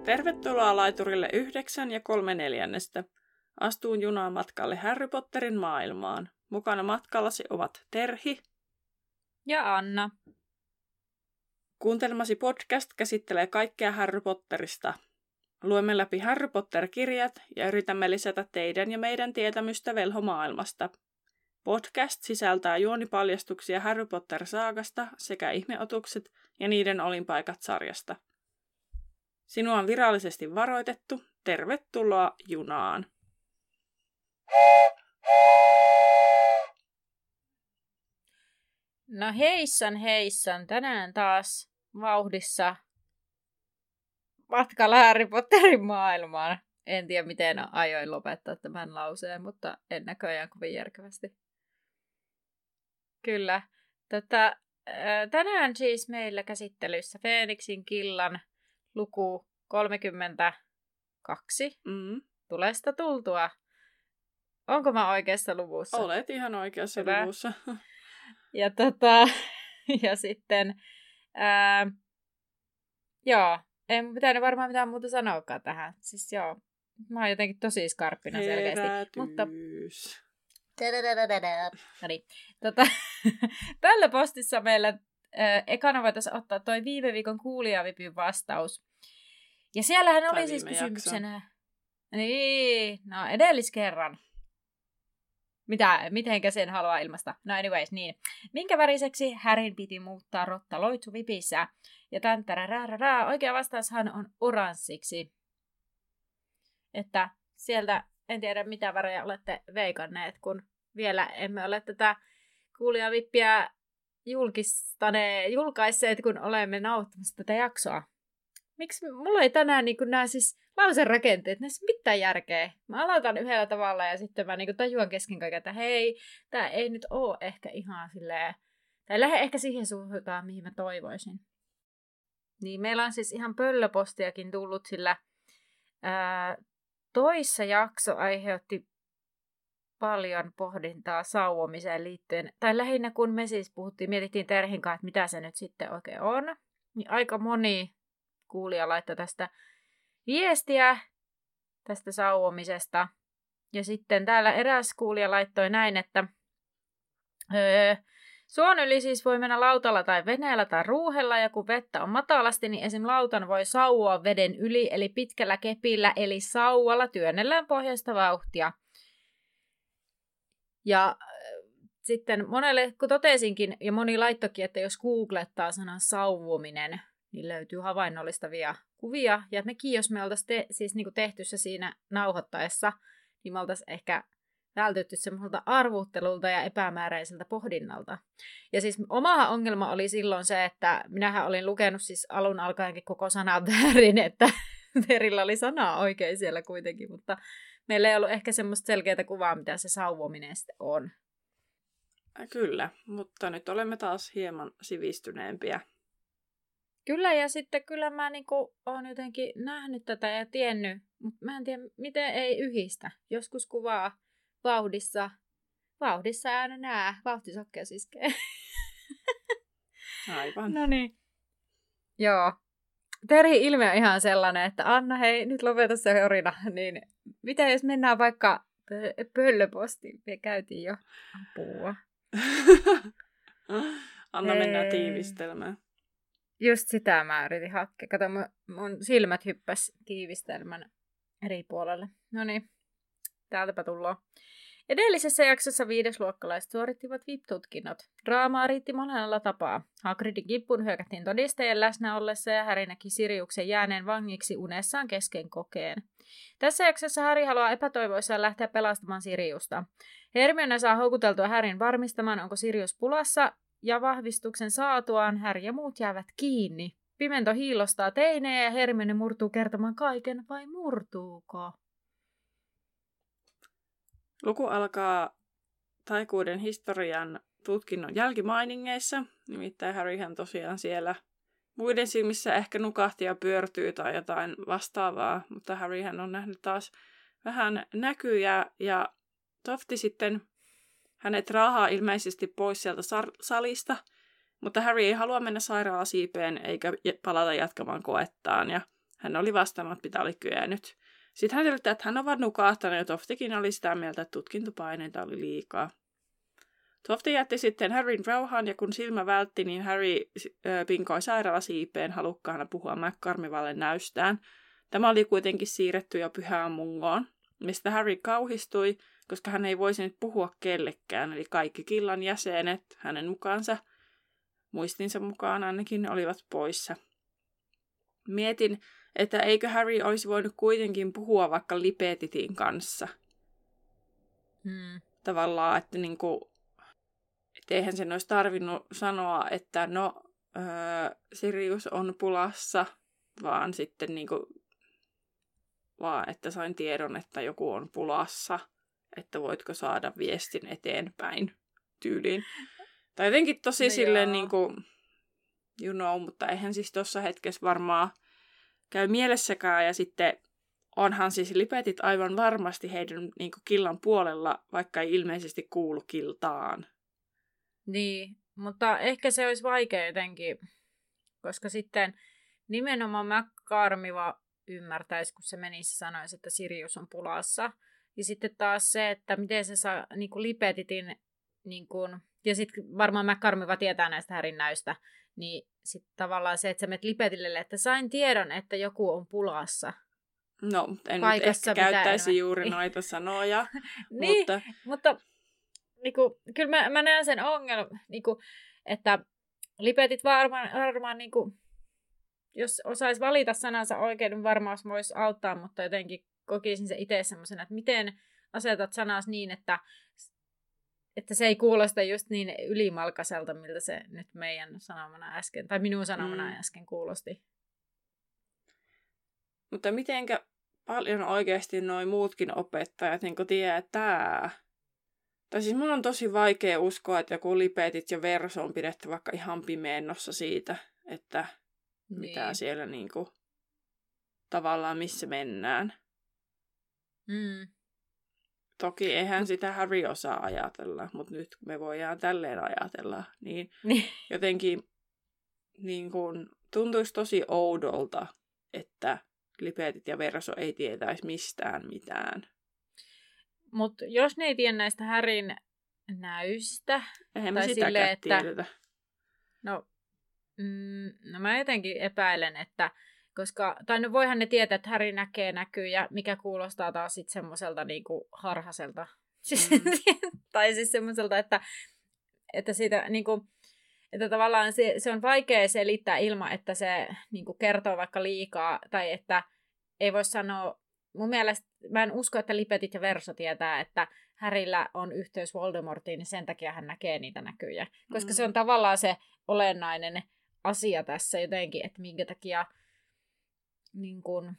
Tervetuloa laiturille 9 ja 3/4. Astuun junaan matkalle Harry Potterin maailmaan. Mukana matkallasi ovat Terhi ja Anna. Kuuntelmasi podcast käsittelee kaikkea Harry Potterista. Luemme läpi Harry Potter-kirjat ja yritämme lisätä teidän ja meidän tietämystä velhomaailmasta. Podcast sisältää juonipaljastuksia Harry Potter-saagasta sekä ihmeotukset ja niiden olinpaikat sarjasta. Sinua on virallisesti varoitettu. Tervetuloa junaan. No heissan, tänään taas vauhdissa matkalla Harry Potterin maailmaan. En tiedä miten ajoin lopettaa tämän lauseen, mutta en näköjään kovin järkevästi. Kyllä. Tänään siis meillä käsittelyssä Feeniksin killan luku 32. Tulesta tultua. Onko mä oikeassa luvussa? Olet ihan oikeassa luvussa. Ja ja sitten joo, en pitänyt varmaan mitään muuta sanoakaan tähän. Siis joo, mä oon jotenkin tosi skarppina selkeästi. Mutta no niin. Pöllöpostissa meillä ekana voitaisiin ottaa toi viime viikon kuulijavipin vastaus. Ja siellähän oli siis kysymyksenä. Niin, no edelliskerran. Mitenkä sen haluaa ilmaista? No anyways, niin. Minkä väriseksi Harryn piti muuttaa rotta loitsu vipissä? Ja oikea vastaushan on oranssiksi. Että sieltä, en tiedä mitä värejä olette veikanneet, kun vielä emme ole tätä kuulijavippiä julkaisseet, kun olemme nauhoittamassa tätä jaksoa. Miksi mulla ei tänään niin nämä siis lauserakenteet, näissä mitään järkeä. Mä aloitan yhdellä tavalla ja sitten mä niin tajuan kesken kaiken, että hei, tää ei nyt oo ehkä ihan silleen, tai lähde ehkä siihen suuntaan, mihin mä toivoisin. Niin meillä on siis ihan pöllöpostiakin tullut, sillä toissa jakso aiheutti paljon pohdintaa sauvomiseen liittyen. Tai lähinnä kun me siis mietittiin Terhin kanssa, että mitä se nyt sitten oikein on. Niin aika moni kuulija laittoi tästä viestiä tästä sauvomisesta. Ja sitten täällä eräs kuulija laittoi näin, että suon yli siis voi mennä lautalla tai veneellä tai ruuhella, ja kun vettä on matalasti, niin esim. Lautan voi sauvoa veden yli, eli pitkällä kepillä, eli sauvalla työnnellään pohjasta vauhtia. Ja sitten monelle, kun totesinkin, ja moni laittokin, että jos googlettaa sanan sauvominen, niin löytyy havainnollistavia kuvia. Ja mekin, jos me oltaisiin siis niinku tehty se siinä nauhoittaessa, niin me oltaisiin ehkä vältytty semmoiselta arvuuttelulta ja epämääräiseltä pohdinnalta. Ja siis oma ongelma oli silloin se, että minähän olin lukenut siis alun alkaenkin koko sanaa väärin, että Terillä oli sana oikein siellä kuitenkin, mutta meillä ei ollut ehkä semmoista selkeää kuvaa, mitä se sauvominen sitten on. Kyllä, mutta nyt olemme taas hieman sivistyneempiä. Kyllä, ja sitten kyllä mä oon jotenkin nähnyt tätä ja tiennyt, mutta mä en tiedä, miten ei yhdistä. Joskus kuvaa vauhdissa aina nää, vauhtisokkeus iskee. Aivan. No niin. Joo. Terhi ilme on ihan sellainen, että Anna, hei, nyt lopeta se horina. Niin, mitä jos mennään vaikka pöllöpostiin? Me käytiin jo apua. Anna mennään tiivistelmään. Just sitä mä yritin hakea. Kato, mun silmät hyppäs tiivistelmän eri puolelle. No niin, täältäpä tullaan. Edellisessä jaksossa 5-luokkalaiset suorittivat VIP-tutkinnot. Draamaa riitti monella tapaa. Hagridin kimppuun hyökättiin todistajien läsnä ollessa ja Harry näki Siriuksen jääneen vangiksi unessaan kesken kokeen. Tässä jaksossa Harry haluaa epätoivoissaan lähteä pelastamaan Siriusta. Hermione saa houkuteltua Harryn varmistamaan, onko Sirius pulassa, ja vahvistuksen saatuaan Harry ja muut jäävät kiinni. Pimento hiilostaa teinejä ja Hermione murtuu kertomaan kaiken, vai murtuuko? Luku alkaa taikuuden historian tutkinnon jälkimainingeissa. Nimittäin Harryhän tosiaan siellä muiden silmissä ehkä nukahti ja pyörtyy tai jotain vastaavaa. Mutta Harryhän on nähnyt taas vähän näkyjä ja Tofti sitten hänet raahaa ilmeisesti pois sieltä salista. Mutta Harry ei halua mennä sairaalasiipeen eikä palata jatkamaan koettaan. Ja Hän oli vastannut, mitä oli kyennyt. Sitten hän selittää, että hän on nukahtanut ja Toftikin oli sitä mieltä, että tutkintopaineita oli liikaa. Tofti jätti sitten Harryn rauhaan ja kun silmä vältti, niin Harry pinkoi sairaalasiipeen halukkaana puhua McCormivalle näystään. Tämä oli kuitenkin siirretty jo Pyhään Mungoon, mistä Harry kauhistui, koska hän ei voisi nyt puhua kellekään, eli kaikki killan jäsenet hänen mukaansa, muistinsa mukaan ainakin, olivat poissa. Mietin, että eikö Harry olisi voinut kuitenkin puhua vaikka Lipetitin kanssa. Tavallaan, että niinku, et eihän sen olisi tarvinnut sanoa, että Sirius on pulassa, vaan sitten niinku, vaan että sain tiedon, että joku on pulassa, että voitko saada viestin eteenpäin tyyliin. Tai jotenkin tosi silleen niinku, mutta eihän siis tuossa hetkessä varmaan käy mielessäkään, ja sitten onhan siis Lipetit aivan varmasti heidän niinku killan puolella, vaikka ei ilmeisesti kuulu kiltaan. Niin, mutta ehkä se olisi vaikea jotenkin, koska sitten nimenomaan McCormiva ymmärtäisi, kun se menisi sanoisi, että Sirius on pulassa. Ja sitten taas se, että miten se saa niinku Lipetitin, niinku, ja sitten varmaan McCormiva tietää näistä Harryn näystä, niin sitten tavallaan se, että sä menet Lipetille, että sain tiedon, että joku on pulassa. No, en nyt ehkä käyttäisi juuri noita sanoja. Niin, mutta niinku, kyllä mä näen sen ongelman, niinku, että Lipetit varmaan niinku, jos osaisi valita sanansa oikein, niin varmaan voisi auttaa, mutta jotenkin kokisin se itse semmoisena, että miten asetat sanas niin, että se ei kuulosta just niin ylimalkaiselta, miltä se nyt meidän sanomana äsken, tai minun sanomana äsken kuulosti. Mutta mitenkä paljon oikeasti noi muutkin opettajat niin tietää? Tai siis mun on tosi vaikea uskoa, että joku Lipetit ja Verso on pidetty vaikka ihan pimeennossa siitä, että mitä siellä niinku, tavallaan missä mennään. Toki eihän sitä Harry osaa ajatella, mutta nyt me voidaan tälleen ajatella. Niin jotenkin niin kun, tuntuisi tosi oudolta, että Lipetit ja Verso ei tietäisi mistään mitään. Mutta jos ne ei tiedä näistä Harryn näystä, eihän me sitäkään tiedetä. No mä jotenkin epäilen, että tai no voihan ne tietää, että Harry näkee näkyjä, mikä kuulostaa taas sitten semmoiselta niinku harhaselta. Tai siis semmoiselta, että siitä niinku, että tavallaan se on vaikea selittää ilman, että se niinku kertoo vaikka liikaa, tai että ei voi sanoa, mun mielestä mä en usko, että Lipetit ja Verso tietää, että Harryllä on yhteys Voldemortiin, niin sen takia hän näkee niitä näkyjä. Koska se on tavallaan se olennainen asia tässä jotenkin, että minkä takia niin kun,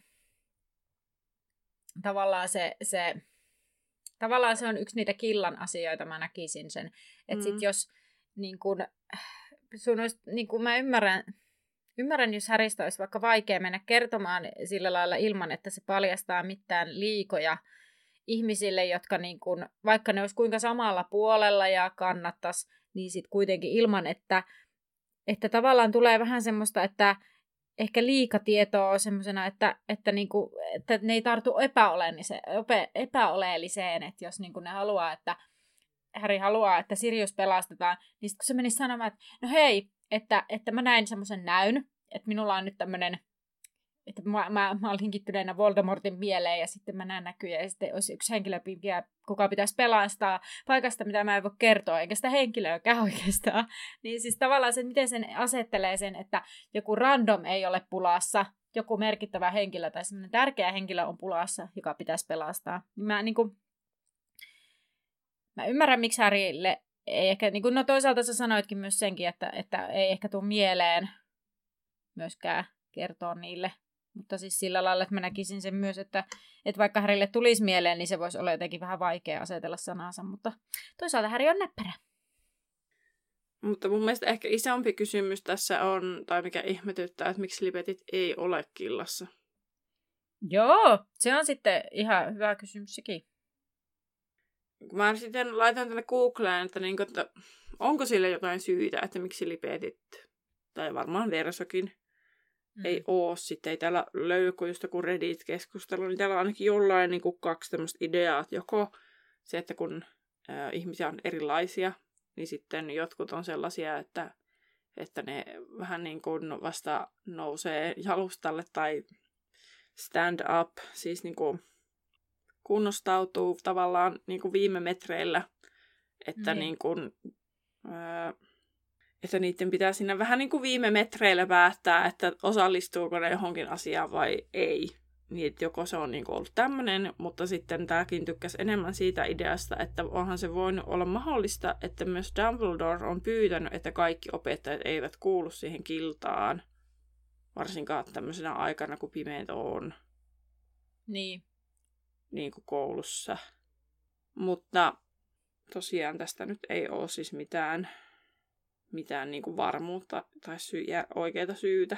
tavallaan se on yksi niitä killan asioita, mä näkisin sen. Että sit jos niin kun, sun olisi, niin kun mä ymmärrän, jos Harrystä olisi vaikka vaikea mennä kertomaan sillä lailla ilman, että se paljastaa mitään liikoja ihmisille, jotka niin kun, vaikka ne olisi kuinka samalla puolella ja kannattaisi, niin sitten kuitenkin ilman, että tavallaan tulee vähän semmoista, että ehkä liikatietoa semmoisena, että ne ei tartu epäoleelliseen, että jos niin ne haluaa, että Harry haluaa, että Sirius pelastetaan, niin sitten kun se menisi sanomaan, että no hei, että mä näin semmoisen näyn, että minulla on nyt tämmöinen, että mä olen linkittyneenä Voldemortin mieleen ja sitten mä näen näkyjä ja sitten olisi yksi henkilö, kuka pitäisi pelastaa paikasta, mitä mä en voi kertoa, eikä sitä henkilöäkään oikeastaan. Niin siis tavallaan se, miten sen asettelee sen, että joku random ei ole pulassa, joku merkittävä henkilö tai semmoinen tärkeä henkilö on pulassa, joka pitäisi pelastaa. Mä ymmärrän, miksi Harrylle ei ehkä, no toisaalta sä sanoitkin myös senkin, että ei ehkä tule mieleen myöskään kertoa niille. Mutta siis sillä lailla, että mä näkisin sen myös, että vaikka Harrylle tulisi mieleen, niin se voisi olla jotenkin vähän vaikea asetella sanansa, mutta toisaalta Harry on näppärä. Mutta mun mielestä ehkä isompi kysymys tässä on, tai mikä ihmetyttää, että miksi Lipetit ei ole killassa. Joo, se on sitten ihan hyvä kysymys sekin. Mä sitten laitan tänne Googleen, että onko sille jotain syytä, että miksi Lipetit, tai varmaan Versokin, ei ole sitten. Ei täällä löydy kuin just joku Reddit-keskustelu, niin täällä on ainakin jollain niin kuin 2 tämmöistä ideaa. Joko se, että kun ihmisiä on erilaisia, niin sitten jotkut on sellaisia, että ne vähän niin kuin vasta nousee jalustalle tai stand up, siis niin kuin kunnostautuu tavallaan niin kuin viime metreillä, että, niin kuin, että niiden pitää siinä vähän niin kuin viime metreillä päättää, että osallistuuko ne johonkin asiaan vai ei. Niin, että joko se on niin kuin ollut tämmöinen, mutta sitten tämäkin tykkäsi enemmän siitä ideasta, että onhan se voinut olla mahdollista, että myös Dumbledore on pyytänyt, että kaikki opettajat eivät kuulu siihen kiltaan, varsinkaan tämmöisenä aikana, kun pimeitä on. Niin kuin koulussa. Mutta tosiaan tästä nyt ei ole siis mitään niin kuin varmuutta tai oikeaa syytä.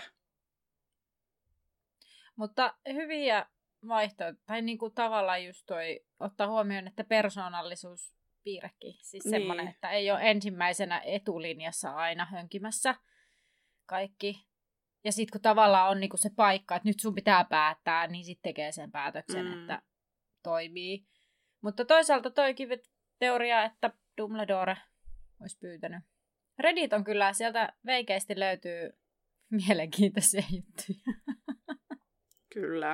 Mutta hyviä vaihtoehtoja, tai niin kuin tavallaan just toi, ottaa huomioon, että persoonallisuuspiirrekin, siis niin. Semmoinen, että ei ole ensimmäisenä etulinjassa aina hönkimässä kaikki. Ja sitten kun tavallaan on niin kuin se paikka, että nyt sun pitää päättää, niin sitten tekee sen päätöksen, että toimii. Mutta toisaalta toikin teoria, että Dumbledore olisi pyytänyt. Reddit on kyllä, sieltä veikeästi löytyy mielenkiintoisia juttuja. Kyllä.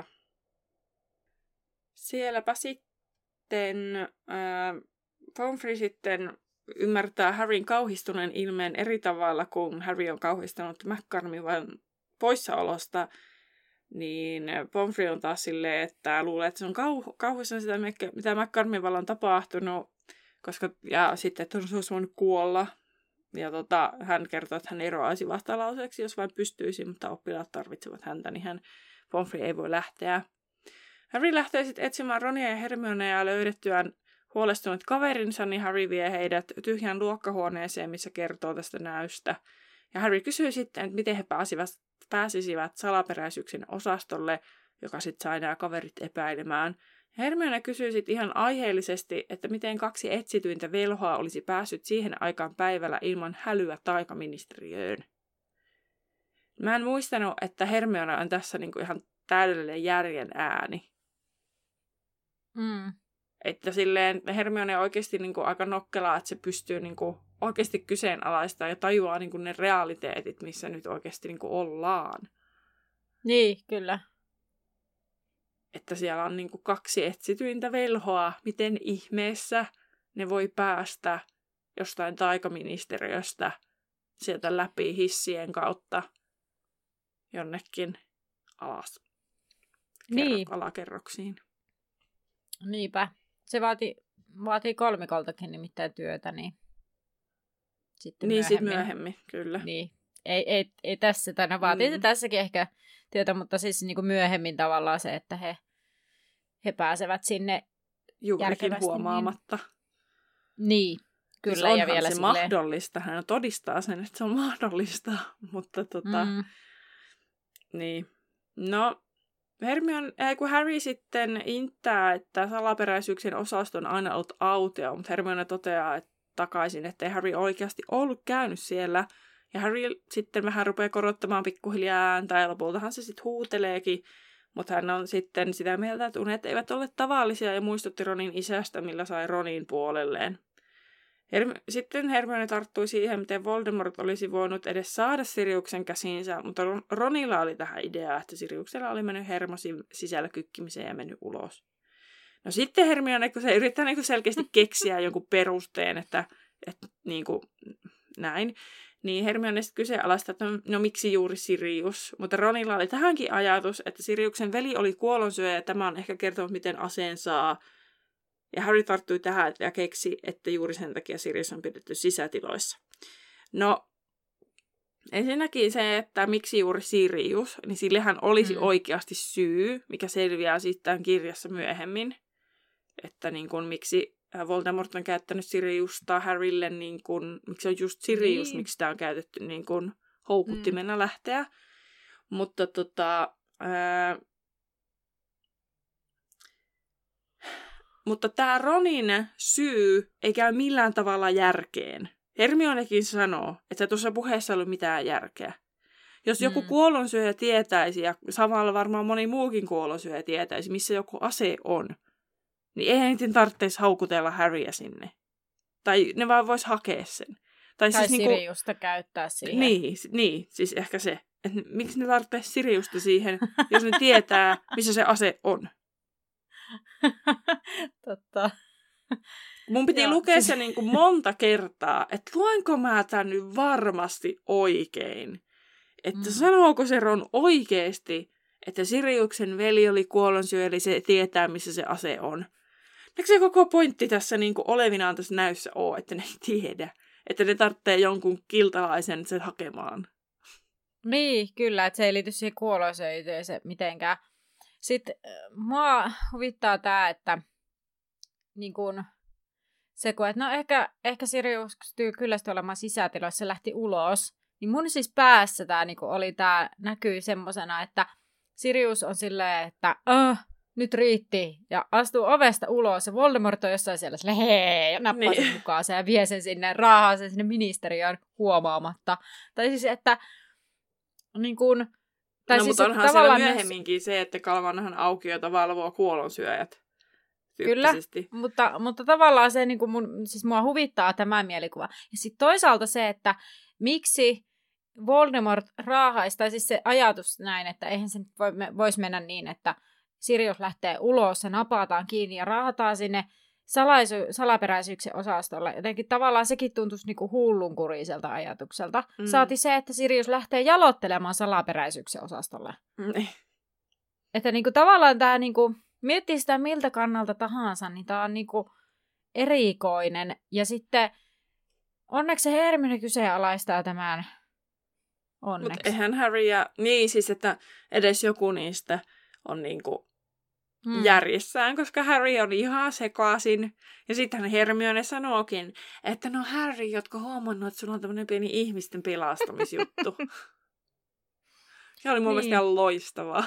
Sielläpä sitten Pomfrey sitten ymmärtää Harryn kauhistuneen ilmeen eri tavalla, kun Harry on kauhistunut McGonagallin poissaolosta. Niin Pomfrey on taas silleen, että luulee, että se on kauhuissaan sitä, mitä McGonagallilla on tapahtunut, ja sitten, että se olisi voinut kuolla. Ja hän kertoo, että hän eroaisi vastalauseeksi, jos vain pystyisi, mutta oppilaat tarvitsevat häntä, niin Pomfrey ei voi lähteä. Harry lähtee sitten etsimään Ronia ja Hermionea ja löydettyään huolestuneet kaverinsa, niin Harry vie heidät tyhjään luokkahuoneeseen, missä kertoo tästä näystä. Ja Harry kysyy sitten, että miten he pääsisivät salaperäisyyksen osastolle, joka sitten sai nämä kaverit epäilemään. Hermione kysyy sitten ihan aiheellisesti, että miten 2 etsityintä velhoa olisi päässyt siihen aikaan päivällä ilman hälyä taikaministeriöön. Mä en muistanut, että Hermione on tässä niinku ihan täydellinen järjen ääni. Että silleen Hermione on oikeasti niinku aika nokkelaa, että se pystyy niinku oikeasti kyseenalaistamaan ja tajuaa niinku ne realiteetit, missä nyt oikeasti niinku ollaan. Niin, kyllä. Että siellä on niinku 2 etsityintä velhoa. Miten ihmeessä ne voi päästä jostain taikaministeriöstä sieltä läpi hissien kautta jonnekin alas. Niin. Alakerroksiin. Niinpä. Se vaatii kolmikoltakin nimittäin työtä, niin sitten niin, myöhemmin. Sitten myöhemmin, kyllä. Niin. Ei tässä, tai no vaatii se tässäkin ehkä työtä, mutta siis niin kuin myöhemmin tavallaan se, että he pääsevät sinne juurikin huomaamatta. Niin, kyllä. Siis ja vielä se mahdollista, hän todistaa sen, että se on mahdollista, mutta niin. No, kun Harry sitten inttää, että salaperäisyyksien osasto on aina ollut autio, mutta Hermione toteaa takaisin, että ei Harry oikeasti ollut käynyt siellä. Ja Harry sitten vähän rupeaa korottamaan pikkuhiljaa ääntä ja lopultahan se sitten huuteleekin. Mutta hän on sitten sitä mieltä, että unet eivät ole tavallisia ja muistutti Ronin isästä, millä sai Ronin puolelleen. Sitten Hermione tarttui siihen, miten Voldemort olisi voinut edes saada Siriuksen käsiinsä, mutta Ronilla oli tähän idea, että Siriuksella oli mennyt hermo sisällä kykkimiseen ja mennyt ulos. No sitten Hermione, kun se yrittää niin kuin selkeästi keksiä jonkun perusteen, että niin kuin näin, niin Hermione sitten kyseenalaistaa, että no miksi juuri Sirius? Mutta Ronilla oli tähänkin ajatus, että Siriuksen veli oli kuolonsyöjä ja tämä on ehkä kertonut, miten aseen saa. Ja Harry tarttui tähän ja keksi, että juuri sen takia Sirius on pidetty sisätiloissa. No, ensinnäkin se, että miksi juuri Sirius, niin sillehän olisi oikeasti syy, mikä selviää sitten kirjassa myöhemmin. Että niin kuin, miksi Voldemort on käyttänyt Siriusta Harrylle, niin kuin, miksi on just Sirius, miksi sitä on käytetty niin kuin houkuttimena lähteä. Mutta Mutta tämä Ronin syy ei käy millään tavalla järkeen. Hermionekin sanoo, että tuossa puheessa ei ollut mitään järkeä. Jos joku kuollonsyöjä tietäisi, ja samalla varmaan moni muukin kuollonsyöjä tietäisi, missä joku ase on, niin ei niiden tarvitsisi haukutella Harryä sinne. Tai ne vaan vois hakea sen. Tai siis Siriusta käyttää siihen. Niin, siis ehkä se. Että miksi ne tarvitsisi Siriusta siihen, jos ne tietää, missä se ase on. Totta. Mun piti lukea se niin kuin monta kertaa, että luenko mä tämän nyt varmasti oikein. Että sanooko se Ron oikeasti, että Siriuksen veli oli kuollonsyöjä, eli se tietää, missä se ase on. Eikö se koko pointti tässä niin kuin olevinaan tässä näyssä ole, että ne ei tiedä? Että ne tarvitsee jonkun kiltalaisen sen hakemaan. Niin, kyllä, että se ei liity siihen kuollonsyöjyyteen mitenkään. Sitten mua huvittaa tämä, että niin kun, se kun, että no ehkä Sirius kyllästyi olemaan sisätiloissa, se lähti ulos. Niin mun siis päässä tämä niin oli tämä näkyy semmosena, että Sirius on silleen, että nyt riitti, ja astuu ovesta ulos, ja Voldemort on jossain siellä silleen, hei, ja nappaa sen mukaan ja vie sen sinne, raahaa sen sinne ministeriöön huomaamatta. Tai siis, että niin kuin, tai no, siis, mutta onhan siellä myöhemminkin se, että Kalvanahan aukioita valvoo kuollonsyöjät. Kyllä, mutta tavallaan se niin kuin siis mua huvittaa tämä mielikuva. Ja sitten toisaalta se, että miksi Voldemort raahaisi, tai siis se ajatus näin, että eihän se voisi mennä niin, että Sirius lähtee ulos, se napataan kiinni ja raahataan sinne salaperäisyyksien osastolle. Jotenkin tavallaan sekin tuntuisi niinku hullunkuriselta ajatukselta. Saati se, että Sirius lähtee jalottelemaan salaperäisyyksien osastolle. Että niinku tavallaan tämä, niinku, miettii sitä miltä kannalta tahansa, niin tämä on niinku erikoinen. Ja sitten onneksi se Hermione kyseenalaistaa tämän. Onneksi. Mutta eihän Harry ja... Niin siis, että edes joku niistä on niinku järjissään, koska Harry on ihan sekaisin. Ja sitten Hermione sanookin, että no Harry, jotka huomannut, että sulla on tämmöinen pieni ihmisten pelastamisjuttu. Se oli mun mielestä ihan loistavaa.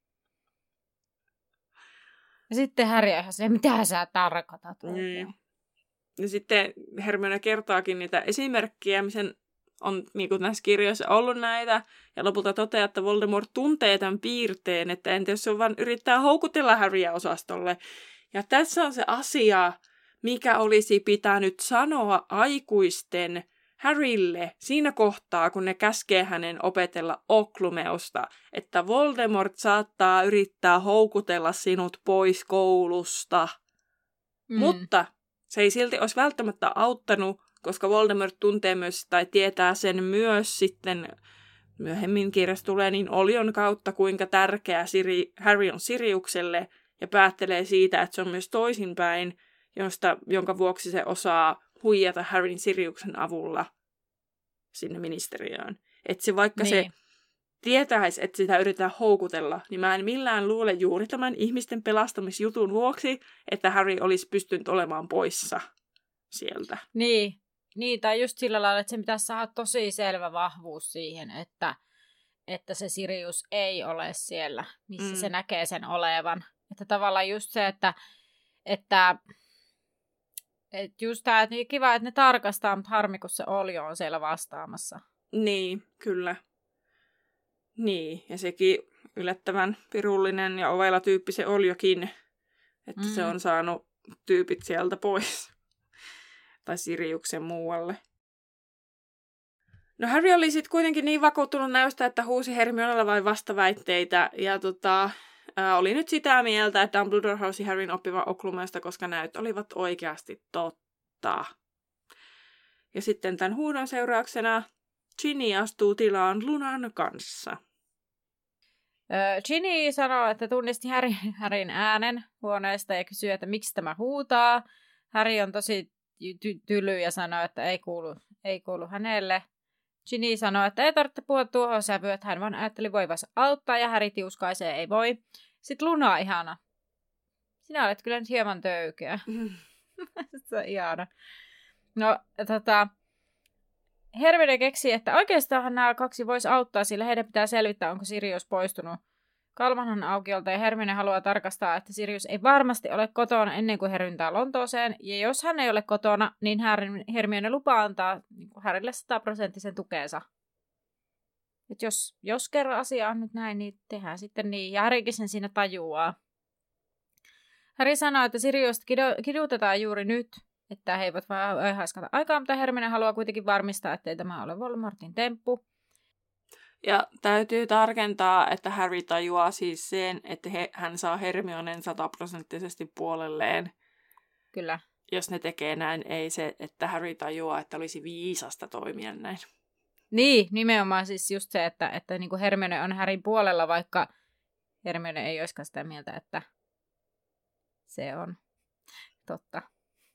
Ja sitten Harry on ihan se, mitä sä tarkoitat? Niin. Ja sitten Hermione kertaakin niitä esimerkkejä, missä on niin kuin näissä kirjoissa ollut näitä, ja lopulta toteaa, että Voldemort tuntee tämän piirteen, että entä jos se vaan yrittää houkutella Harryä osastolle. Ja tässä on se asia, mikä olisi pitänyt sanoa aikuisten Harrylle siinä kohtaa, kun ne käskee hänen opetella Oklumeusta, että Voldemort saattaa yrittää houkutella sinut pois koulusta. Mutta se ei silti olisi välttämättä auttanut, koska Voldemort tuntee myös tai tietää sen myös sitten, myöhemmin kirjassa tulee niin Olion kautta, kuinka tärkeä Harry on Siriukselle, ja päättelee siitä, että se on myös toisinpäin, jonka vuoksi se osaa huijata Harryn Siriuksen avulla sinne ministeriöön. Että se vaikka se tietäisi, että sitä yritetään houkutella, niin mä en millään luule juuri tämän ihmisten pelastamisjutun vuoksi, että Harry olisi pystynyt olemaan poissa sieltä. Niin, tai just sillä lailla, että se pitäisi saada tosi selvä vahvuus siihen, että se Sirius ei ole siellä, missä se näkee sen olevan. Että tavallaan just se, että just tämä, että kiva, että ne tarkastaa, mutta harmi, kun se Olio on siellä vastaamassa. Niin, kyllä. Niin, ja sekin yllättävän pirullinen ja ovela tyyppi se Oliokin, että se on saanut tyypit sieltä pois. Tai Siriuksen muualle. No Harry oli sitten kuitenkin niin vakuuttunut näystä, että huusi Hermionella vain vastaväitteitä. Ja oli nyt sitä mieltä, että Dumbledore halusi Harryn oppivan Oklumesta, koska näyt olivat oikeasti totta. Ja sitten tämän huudon seurauksena Ginny astuu tilaan Lunan kanssa. Ginny sanoo, että tunnisti Harryn äänen huoneesta ja kysyy, että miksi tämä huutaa. Harry on tosi tyly ja sanoo, että ei kuulu hänelle. Ginny sanoo, että ei tarvitse puhua tuohon sävyyn, että hän vaan ajatteli voivansa auttaa ja Harry tiuskaisee, ei voi. Sitten Luna ihana. Sinä olet kyllä nyt hieman töykeä. Se on ihana. No, Hermione keksii, että oikeastaan nämä kaksi voisi auttaa, sillä heidän pitää selvittää, onko Sirius poistunut Kalmanhan aukiolta, ja Hermione haluaa tarkastaa, että Sirius ei varmasti ole kotona ennen kuin he ryntää Lontooseen, ja jos hän ei ole kotona, niin Hermione lupaa antaa Harrylle 100% tukensa. Että jos kerran asia on nyt näin, niin tehdään sitten niin. Ja Harrykin sen siinä tajuaa. Harry sanoo, että Siriusta kidutetaan juuri nyt, että he eivät vaan haiskata aikaa, mutta Hermione haluaa kuitenkin varmistaa, ettei tämä ole Voldemortin temppu. Ja täytyy tarkentaa, että Harry tajuaa siis sen, että hän saa Hermionen 100% puolelleen. Kyllä. Jos ne tekee näin, ei se, että Harry tajuaa, että olisi viisasta toimia näin. Niin, nimenomaan siis just se, että niin kuin Hermione on Harryn puolella, vaikka Hermione ei olisikaan sitä mieltä, että se on totta.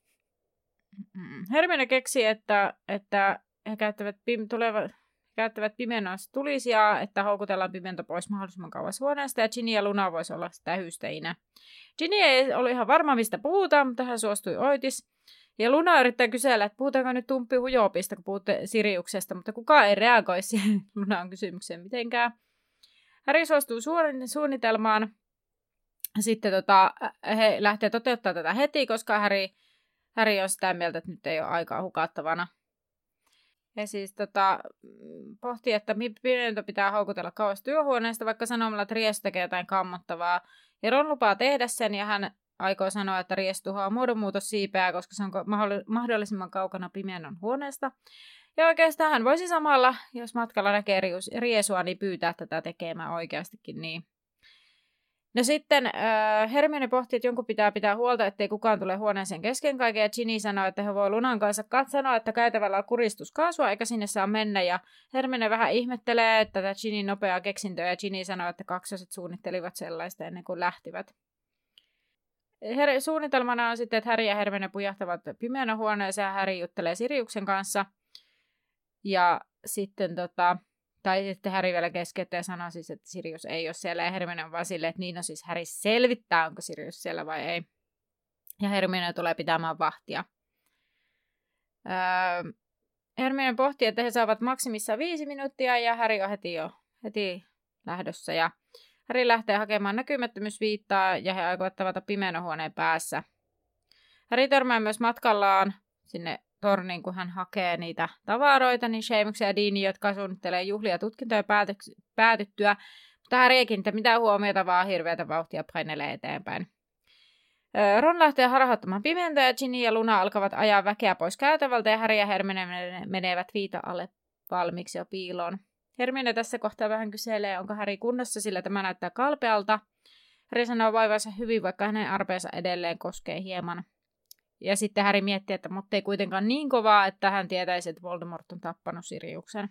Hermione keksi, että he käyttävät pimennossa tulisia, että houkutellaan pimento pois mahdollisimman kauas huoneesta, ja Ginny ja Luna voisi olla tähysteinä. Ginny ei ollut ihan varma, mistä puhutaan, mutta hän suostui oitis. Ja Luna yrittää kysellä, että puhutaanko nyt Tumppi Hujoopista, kun puhutte Siriuksesta, mutta kukaan ei reagoi siihen Lunan kysymykseen mitenkään. Harry suostuu suunnitelmaan. Sitten he lähtee toteuttamaan tätä heti, koska Harry on sitä mieltä, että nyt ei ole aikaa hukattavana. Ja siis pohtii, että pimento pitää houkutella kauas työhuoneesta, vaikka sanomalla, että Ries tekee jotain kammottavaa. Ja Ron lupaa tehdä sen, ja hän aikoo sanoa, että Ries tuhoaa muodonmuutossiipeää, koska se on mahdollisimman kaukana pimeän huoneesta. Ja oikeastaan hän voisi samalla, jos matkalla näkee Riesua, niin pyytää tätä tekemään oikeastikin niin. No sitten Hermione pohti, että jonkun pitää huolta, ettei kukaan tule huoneeseen kesken kaiken. Ja Ginny sanoi, että he voi Lunan kanssa sanoa, että käytävällä on kuristuskaasua, eikä sinne saa mennä. Ja Hermione vähän ihmettelee tätä Ginnyn nopeaa keksintöä. Ja Ginny sanoi, että kaksoset suunnittelivat sellaista ennen kuin lähtivät. Suunnitelmana on sitten, että Harry ja Hermione pujahtavat pimeänä huoneeseen ja Harry juttelee Siriuksen kanssa. Ja sitten tai sitten Harry vielä keskeyttää ja sanoo siis, että Sirius ei ole siellä. Ja Hermione on vaan silleen, että niin on siis Harry selvittää, onko Sirius siellä vai ei. Ja Hermione tulee pitämään vahtia. Hermione pohtii, että he saavat maksimissaan 5 minuuttia ja Harry on heti lähdössä. Ja Harry lähtee hakemaan näkymättömyysviittaa ja he aikovat tavata pimeän huoneen päässä. Harry törmää myös matkallaan sinne torniin, kun hän hakee niitä tavaroita, niin Seamus ja Dean, jotka suunnittelee juhlia tutkintoja päätyttyä, mutta Harry ei kiinnitä mitään huomiota, vaan hirveätä vauhtia painelee eteenpäin. Ron lähtee harhauttamaan pimentoa ja Ginny ja Luna alkavat ajaa väkeä pois käytävältä ja Harry ja Hermione menevät viita alle valmiiksi jo piiloon. Hermione tässä kohtaa vähän kyselee, onko Harry kunnossa, sillä tämä näyttää kalpealta. Harry sanoo vaivansa hyvin, vaikka hänen arpeensa edelleen koskee hieman. Ja sitten Harry miettii, että mutta ei kuitenkaan niin kovaa, että hän tietäisi, että Voldemort on tappanut Siriuksen.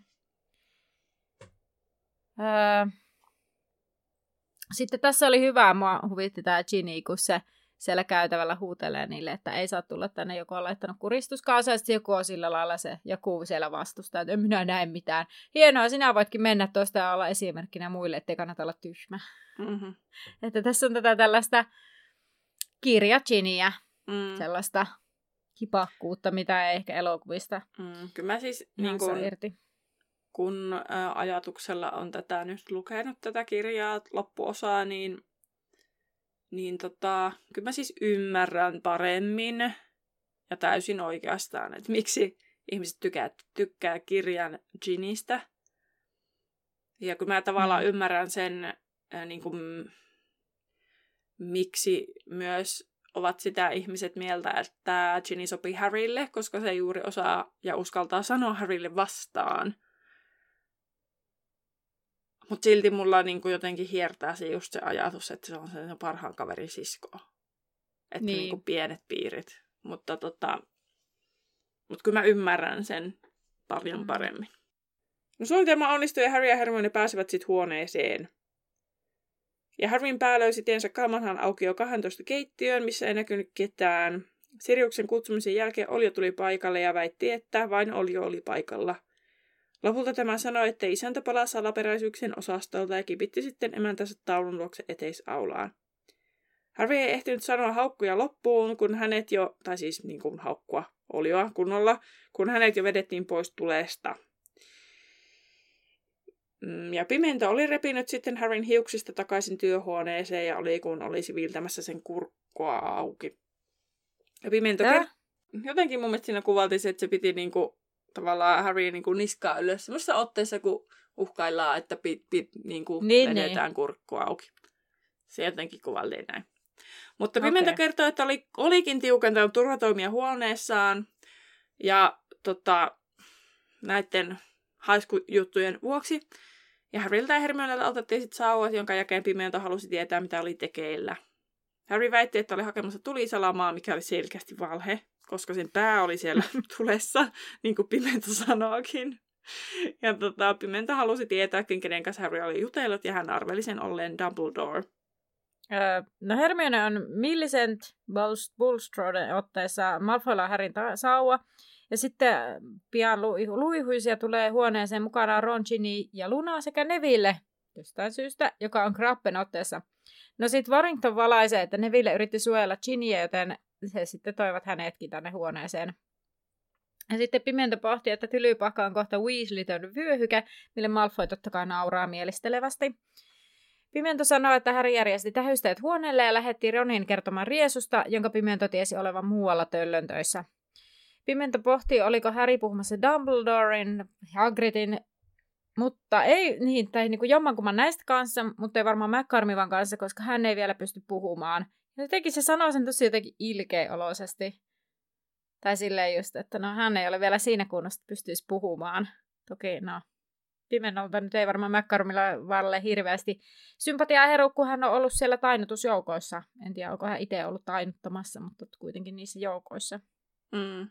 Sitten tässä oli hyvää, mua huvitti tämä Ginny, kun se siellä käytävällä huutelee niille, että ei saa tulla tänne, joku on laittanut kuristuskaasa, ja sitten joku on sillä lailla se, joku siellä vastustaa, että en minä näe mitään. Hienoa, sinä voitkin mennä tuosta ja olla esimerkkinä muille, ettei kannata olla tyhmä. Mm-hmm. Että tässä on tätä tällaista kirja Ginnyä, sellaista kipakkuutta, mitä ei ehkä elokuvista Kyllä mä siis irti. Kun ajatuksella on tätä nyt lukenut tätä kirjaa loppuosaa, niin kyllä mä siis ymmärrän paremmin ja täysin oikeastaan, että miksi ihmiset tykkää kirjan Ginnystä. Ja kun mä tavallaan ymmärrän sen, niin kuin, miksi myös ovat sitä ihmiset mieltä, että Ginny sopii Harrylle, koska se juuri osaa ja uskaltaa sanoa Harrylle vastaan. Mutta silti mulla niinku jotenkin hiertää se just se ajatus, että se on se parhaan kaverin sisko. Että niin. Niinku pienet piirit. Mutta kyllä mä ymmärrän sen paljon paremmin. No suunnitelma onnistui ja Harry ja Hermione pääsevät sitten huoneeseen. Ja Harryn pää löysi tiensä kamanhan auki jo 12 keittiöön, missä ei näkynyt ketään. Siriuksen kutsumisen jälkeen Olio tuli paikalle ja väitti, että vain Olio oli paikalla. Lopulta tämä sanoi, että isäntä palaa salaperäisyyksien osastolta ja kipitti sitten emäntänsä taulun luokse eteisaulaan. Harry ei ehtinyt sanoa haukkuja loppuun, kun hänet jo, tai siis niin kuin haukkua Olioa kunnolla, kun hänet jo vedettiin pois tulesta. Ja Pimento oli repinyt sitten Harryn hiuksista takaisin työhuoneeseen ja oli kun olisi viiltämässä sen kurkkoa auki. Ja Pimento jotenkin mun mielestä siinä kuvaltiin se, että se piti niinku tavallaan Harry niin kuin niskaa ylös semmoisessa otteessa, kun uhkaillaan, että niin kuin vedetään kurkku auki. Se jotenkin kuvailtiin näin. Mutta Pimento kertoo, että olikin tiukentanut turvatoimia huoneessaan ja näiden haiskujuttujen vuoksi. Ja Harryltä ja Hermionelta otettiin sitten sauvat, jonka jälkeen Pimento halusi tietää, mitä oli tekeillä. Harry väitti, että oli hakemassa tulisalamaa, mikä oli selkeästi valhe, koska sen pää oli siellä tulessa, niin kuin Pimento sanookin. Ja Pimento halusi tietää, kenen kanssa Harry oli jutellut, ja hän arveli sen olleen Dumbledore. No Hermione on Millicent Bulstroden otteessa Malfoylla Harryn sauva. Ja sitten pian luihuisia tulee huoneeseen mukana Ron, Ginny ja Luna sekä Neville jostain syystä, joka on Grappen otteessa. No sit Warrington valaisee, että Neville yritti suojella Ginnyä, joten he sitten toivat hänetkin tänne huoneeseen. Ja sitten Pimento pohti, että Tylypahka on kohta Weasleytön vyöhyke, mille Malfoy totta kai nauraa mielistelevästi. Pimento sanoi, että Harry järjesti tähysteet huoneelle ja lähetti Ronin kertomaan riesusta, jonka Pimento tiesi olevan muualla töllöntöissä. Pimento pohti, oliko Harry puhumassa Dumbledoren, Hagridin, mutta ei niin, tai niin kuin jommankumman näistä kanssa, mutta ei varmaan McCormivan kanssa, koska hän ei vielä pysty puhumaan. Ja jotenkin se sanoi sen tosi jotenkin ilkeäoloisesti. Tai silleen just, että no hän ei ole vielä siinä kunnossa, että pystyisi puhumaan. Toki no, Pimentolta nyt ei varmaan McCormivalle hirveästi sympatiaa heru, kun hän on ollut siellä tainnutusjoukoissa. En tiedä, onko hän itse ollut tainuttamassa, mutta kuitenkin niissä joukoissa. Mm.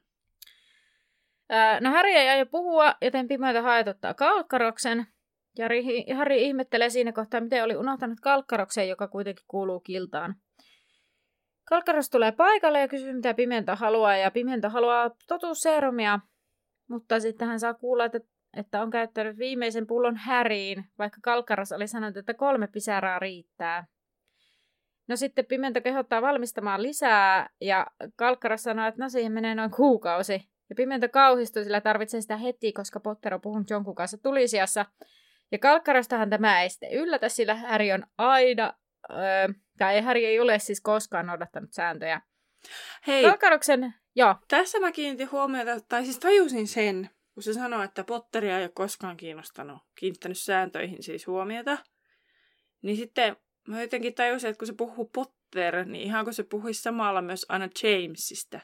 No Harry ei aio puhua, joten Pimento haetuttaa Kalkkaroksen. Ja Harry ihmettelee siinä kohtaa, miten oli unohtanut Kalkkaroksen, joka kuitenkin kuuluu kiltaan. Kalkkaros tulee paikalle ja kysyy, mitä Pimento haluaa. Ja Pimento haluaa totuusseerumia, mutta sitten hän saa kuulla, että on käyttänyt viimeisen pullon Harryin, vaikka Kalkkaros oli sanonut, että 3 pisaraa riittää. No sitten Pimento kehottaa valmistamaan lisää ja Kalkkaros sanoo, että no siihen menee noin kuukausi. Ja Pimento kauhistui, sillä tarvitsee sitä heti, koska Potter on puhunut jonkun kanssa tulisiassa. Ja Kalkkarostahan tämä ei sitten yllätä, sillä Harry on aina, tai Harry ei ole siis koskaan noudattanut sääntöjä. Hei, Kalkkaroksen, joo. Tässä mä kiinnitin huomiota, tai siis tajusin sen, kun se sanoi, että Potteria ei ole koskaan kiinnittänyt sääntöihin siis huomiota. Niin sitten mä jotenkin tajusin, että kun se puhuu Potter, niin ihan kun se puhuisi samalla myös aina Jamesista.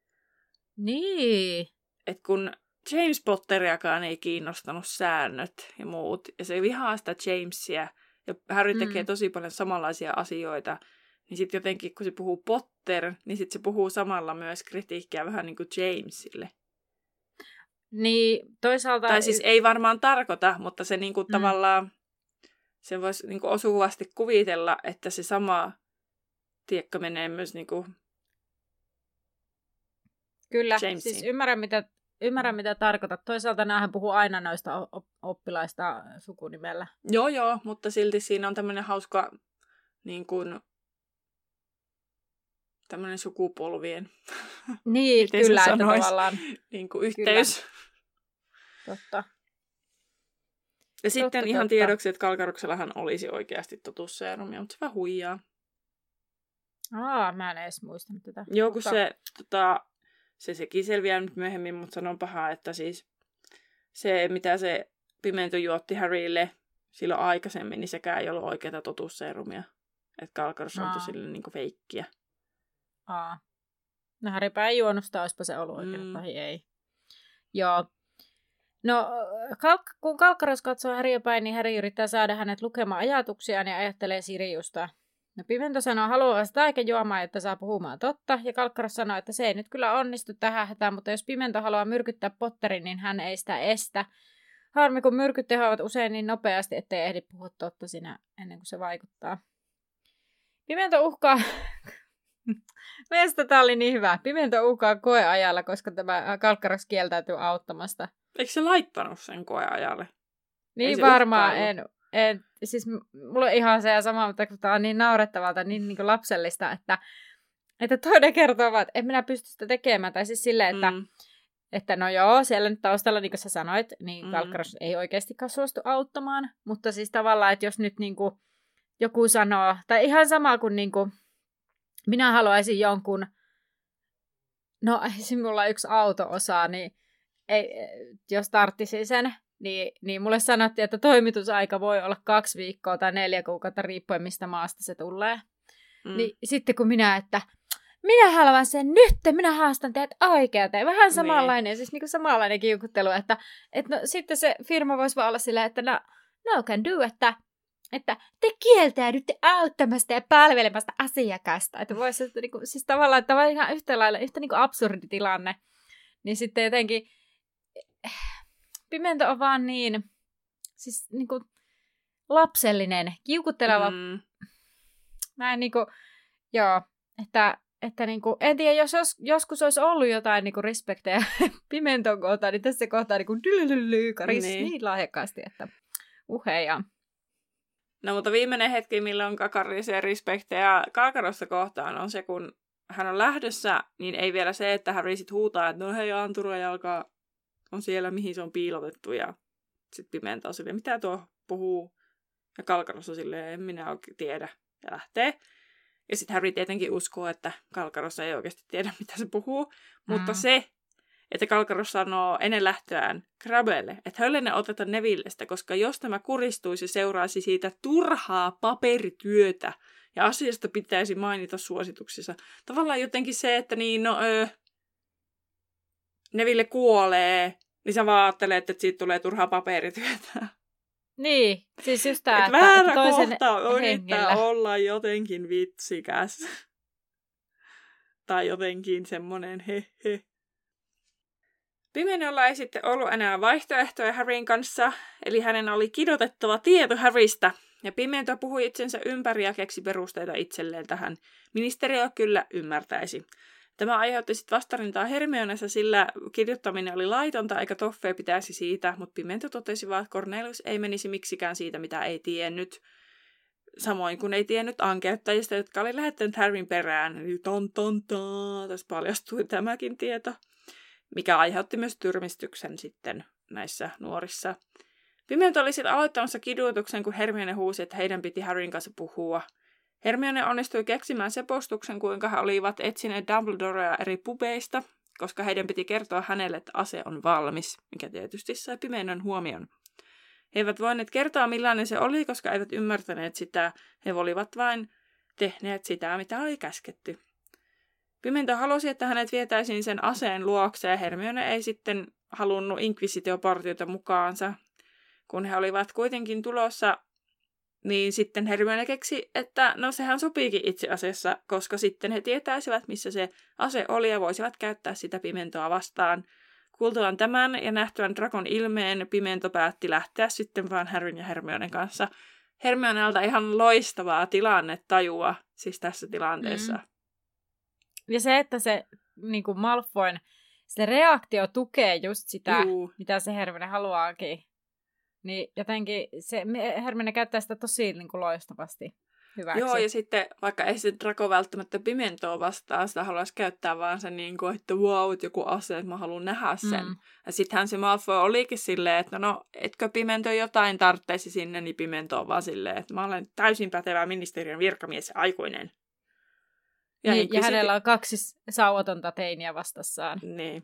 Niin. Että kun James Potteriakaan ei kiinnostanut säännöt ja muut, ja se vihaa sitä Jamesia, ja Harry tekee tosi paljon samanlaisia asioita, niin sitten jotenkin kun se puhuu Potter, niin sitten se puhuu samalla myös kritiikkiä vähän niin kuin Jamesille. Niin, toisaalta... Tai siis ei varmaan tarkoita, mutta se niinku tavallaan, se voisi niinku osuvasti kuvitella, että se sama tiekka menee myös niinku Kyllä, Jamesiin. siis ymmärrän mitä tarkoitat. Toisaalta näähän puhuu aina noista oppilaista sukunimellä. Joo, mutta silti siinä on tämmöinen hauska niin kuin, tämmöinen sukupolvien niin, kyllä, että tavallaan niin kuin yhteys. Kyllä. Totta. Ja sitten ihan tiedoksi, että Kalkaroksellahan olisi oikeasti totuusseerumia, mutta se vähän huijaa. Mä en edes muistanut tätä. Joo, kun sekin selviää nyt myöhemmin, mutta sanon pahaa, että siis se, mitä se Pimento juotti Harrylle silloin aikaisemmin, niin sekään ei ollut oikeata totuusseerumia. Että Kalkaros on sille niin kuin feikkiä. No Harrypä ei juonut sitä, olisipa se ollut oikein, tai ei. Joo. No, kun Kalkkaros katsoo Harryä päin, niin Harry yrittää saada hänet lukemaan ajatuksiaan ja ajattelee Siriusta. No Pimento sanoo haluavansa taikejuomaa, että saa puhumaan totta, ja Kalkkaros sanoo, että se ei nyt kyllä onnistu tähän hätään, mutta jos Pimento haluaa myrkyttää Potterin, niin hän ei sitä estä. Harmi, kun myrkyt tehoavat usein niin nopeasti, ettei ehdi puhua totta siinä ennen kuin se vaikuttaa. Pimento uhkaa... Mielestäni tämä oli niin hyvä. Pimento uhkaa koeajalla, koska tämä Kalkkaros kieltäytyy auttamasta. Eikö se laittanut sen koeajalle? Niin varmaan en. Siis mulla on ihan se ja sama, mutta kun tämä on niin naurettavalta, niin kuin lapsellista, että toinen kertoo vaan, että en minä pysty sitä tekemään. Tai siis silleen, että no joo, siellä nyt taustalla, niin kuin sä sanoit, niin Kalkkaros ei oikeastikaan suostu auttamaan. Mutta siis tavallaan, että jos nyt niin kuin joku sanoo, tai ihan sama kuin, niin kuin minä haluaisin jonkun, no esimerkiksi mulla on yksi auto-osa, niin jos tarttisin sen, niin mulle sanottiin, että toimitusaika voi olla 2 viikkoa tai 4 kuukautta, riippuen mistä maasta se tulee. Niin sitten kun minä haluan sen nyt, minä haastan teidät oikealta. Ja vähän samanlainen, siis niin kuin samanlainen kiukuttelu, että no, sitten se firma voisi vaan olla silleen, että no can do, että te kieltäydytte auttamasta ja palvelemasta asiakasta. Että voisi, että niin kuin, siis tavallaan, että on ihan yhtä niin kuin absurdi tilanne. Niin sitten jotenkin Pimento on vaan niin, siis niin kuin lapsellinen, kiukutteleva. Mä en niin kuin, joo, että niin kuin, en tiedä, jos joskus olisi ollut jotain niin kuin respektejä Pimenton kohtaan, niin tässä kohtaa niin kuin niin lahjakkaasti, että uheja. No mutta viimeinen hetki, milloin Kakarisia respektejä Kaakarosta kohtaan on se, kun hän on lähdössä, niin ei vielä se, että Harry sit huutaa, että no hei, Antura jalka on siellä, mihin se on piilotettu. Ja sitten Pimento on silleen, mitä tuo puhuu? Ja Kalkaros on silleen, en minä oikein tiedä. Ja lähtee. Ja sitten Harry tietenkin uskoo, että Kalkaros ei oikeasti tiedä, mitä se puhuu. Mutta se, että Kalkaros sanoo ennen lähtöään Crabelle, että höllenne oteta Nevillestä, koska jos tämä kuristuisi, seuraisi siitä turhaa paperityötä. Ja asiasta pitäisi mainita suosituksissa. Tavallaan jotenkin se, että Neville kuolee, niin sä vaan ajattelet, että siitä tulee turhaa paperityötä. Niin, siis just tämä, että väärä kohta yrittää olla jotenkin vitsikäs. Tai jotenkin semmonen he. Pimennolla ei sitten ollut enää vaihtoehtoja Harryn kanssa, eli hänen oli kidotettava tieto Harrystä. Ja Pimento puhui itsensä ympäri ja keksi perusteita itselleen tähän. Ministeriö kyllä ymmärtäisi. Tämä aiheutti sitten vastarintaa Hermionessa, sillä kirjoittaminen oli laitonta eikä toffee pitäisi siitä, mutta Pimento totesi vaan, että Cornelius ei menisi miksikään siitä, mitä ei tiennyt. Samoin kuin ei tiennyt ankeuttajista, jotka oli lähettänyt Harryn perään. Eli tässä paljastui tämäkin tieto, mikä aiheutti myös tyrmistyksen sitten näissä nuorissa. Pimento oli sitten aloittamassa kidutuksen, kun Hermione huusi, että heidän piti Harryn kanssa puhua. Hermione onnistui keksimään sepostuksen, kuinka he olivat etsineet Dumbledorea eri pubeista, koska heidän piti kertoa hänelle, että ase on valmis, mikä tietysti sai Pimennon huomion. He eivät voineet kertoa, millainen se oli, koska eivät ymmärtäneet sitä. He olivat vain tehneet sitä, mitä oli käsketty. Pimento halusi, että hänet vietäisiin sen aseen luokse, ja Hermione ei sitten halunnut inkvisitiopartiota mukaansa. Kun he olivat kuitenkin tulossa, niin sitten Hermione keksi, että no sehän sopiikin itse asiassa, koska sitten he tietäisivät, missä se ase oli ja voisivat käyttää sitä Pimentoa vastaan. Kuultuaan tämän ja nähtyään Drakon ilmeen, Pimento päätti lähteä sitten vaan Harryn ja Hermionen kanssa. Hermionelta ihan loistavaa tilannetajua siis tässä tilanteessa. Ja se, että se niin kuin Malfoyn, se reaktio tukee just sitä, mitä se Hermione haluaakin. Niin jotenkin se Hermione käyttää sitä tosi niin kuin loistavasti hyväksi. Joo, ja sitten vaikka ei se Draco välttämättä Pimentoa vastaan, sitä haluaisi käyttää vaan se niin kuin, että wow, joku ase, että mä haluan nähdä sen. Ja sittenhän se Malfoy olikin silleen, että no, etkö Pimento jotain tarvitsisi sinne, niin Pimento on vaan silleen, että mä olen täysin pätevä ministeriön virkamies ja aikuinen. Ja hänellä on 2 sauvatonta teiniä vastassaan. Niin.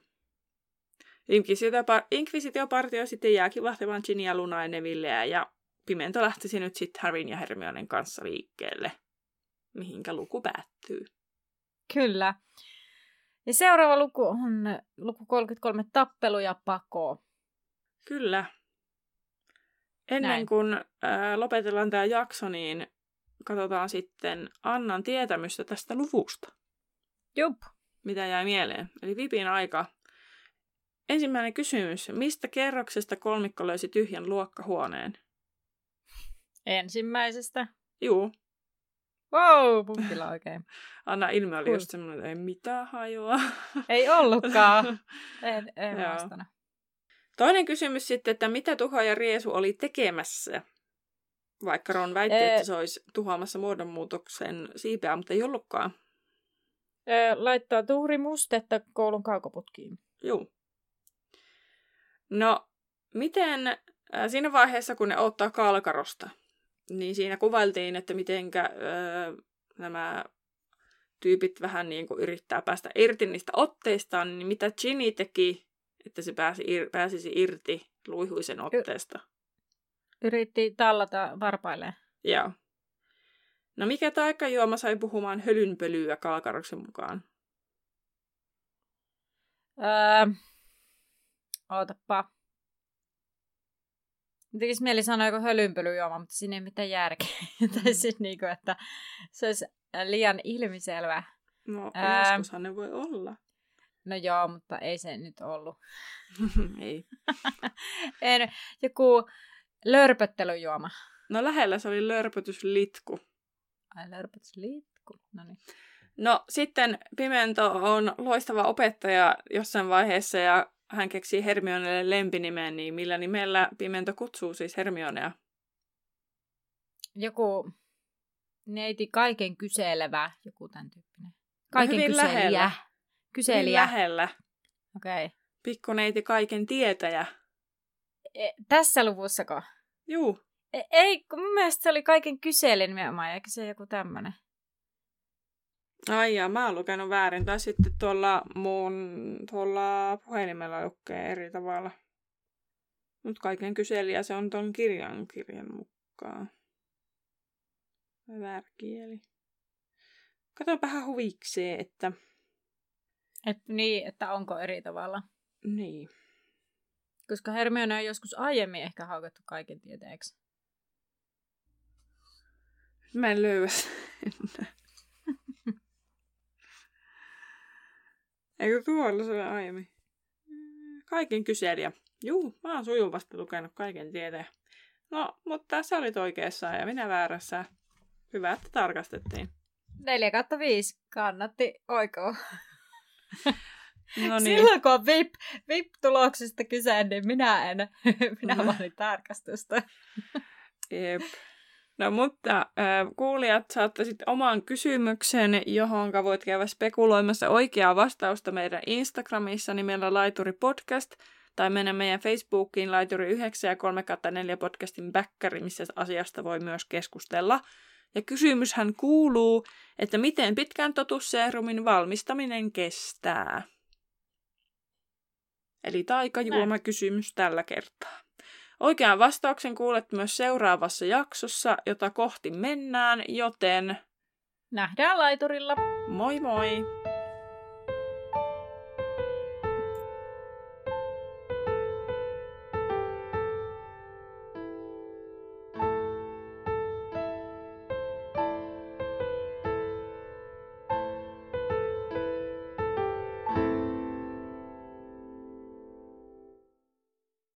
Inkvisitiopartio sitten jääkin vahtimaan Ginny ja Luna ja Nevilleä, ja Pimento lähtisi nyt sitten Harryn ja Hermionen kanssa liikkeelle, mihinkä luku päättyy. Kyllä. Ja seuraava luku on luku 33, tappelu ja pako. Kyllä. Ennen kuin lopetellaan tämä jakso, niin katsotaan sitten Annan tietämystä tästä luvusta. Jup. Mitä jäi mieleen. Eli vipin aika. Ensimmäinen kysymys. Mistä kerroksesta kolmikko löysi tyhjän luokkahuoneen? Ensimmäisestä. Juu. Wow, punktilla oikein. Anna ilme oli just semmoinen, että ei mitään hajoa. Ei ollutkaan. En vastana. Toinen kysymys sitten, että mitä Tuhoaja Riesu oli tekemässä? Vaikka Ron väitti, että se olisi tuhoamassa muodonmuutoksen siipeä, mutta ei ollutkaan. Laittaa tuhrimustetta koulun kaukoputkiin. Joo. No, miten siinä vaiheessa, kun ne ottaa Kalkarosta, niin siinä kuvailtiin, että mitenkä nämä tyypit vähän niin kuin yrittää päästä irti niistä otteistaan, niin mitä Ginny teki että se pääsisi irti luihuisen otteesta. Yritti tallata varpailleen. Joo. No mikä taikajuoma sai puhumaan hölynpölyä Kalkaroksen mukaan? Ootappa. Tekisi mieli sanoa joku hölynpölyjuoma, mutta siinä ei mitään järkeä. Tai siis niinku, että se olisi liian ilmiselvä. No, joskushan ne voi olla. No joo, mutta ei se nyt ollut. Ei. Joku lörpöttelyjuoma. No lähellä se oli lörpötyslitku. Ai lörpötyslitku, no niin. No sitten Pimento on loistava opettaja jossain vaiheessa ja hän keksii Hermionelle lempinimen, niin millä nimellä Pimento kutsuu siis Hermionea? Joku neiti kaiken kyselevä, joku tämän tyyppinen. Kaiken hyvin kyselijä. lähellä. Kyselijä. Hyvin lähellä. Okei. Okay. Pikkuneiti kaiken tietäjä. Tässä luvussako? Juu. Ei, kun mun mielestä se oli kaiken kyselijä nimenomaan, eikä se joku tämmönen. Ai ja, mä oon lukenut väärin. Tai sitten tuolla tuolla puhelimella lukee eri tavalla. Mut kaiken kyselijä se on ton kirjan mukaan. Väärä kieli. Katsotaanpahan huvikseen, että... Niin, että onko eri tavalla. Niin. Koska Hermione on joskus aiemmin ehkä haukattu kaiken tieteeksi. Mä en löyä. Eikö tuolla se ole aiemmin? Kaiken kyselijä. Juu, mä oon sujuvasti lukenut kaiken tieteen. No, mutta sä olit oikeassa ja minä väärässä. Hyvä, että tarkastettiin. 4/5 kannatti oikoa. No niin. Silloin kun on VIP-tuloksista kyse, niin minä valin tarkastusta. Jep. No mutta kuulijat saatte sitten oman kysymyksen, johon voit käydä spekuloimassa oikeaa vastausta meidän Instagramissa nimellä Laituri Podcast, tai mennä meidän Facebookiin Laituri 9 ja 3/4 podcastin bäkkäri, missä asiasta voi myös keskustella. Ja kysymyshän kuuluu, että miten pitkään totuusseerumin valmistaminen kestää? Eli taikajuomakysymys tällä kertaa. Oikean vastauksen kuulet myös seuraavassa jaksossa, jota kohti mennään, joten... Nähdään laiturilla. Moi moi!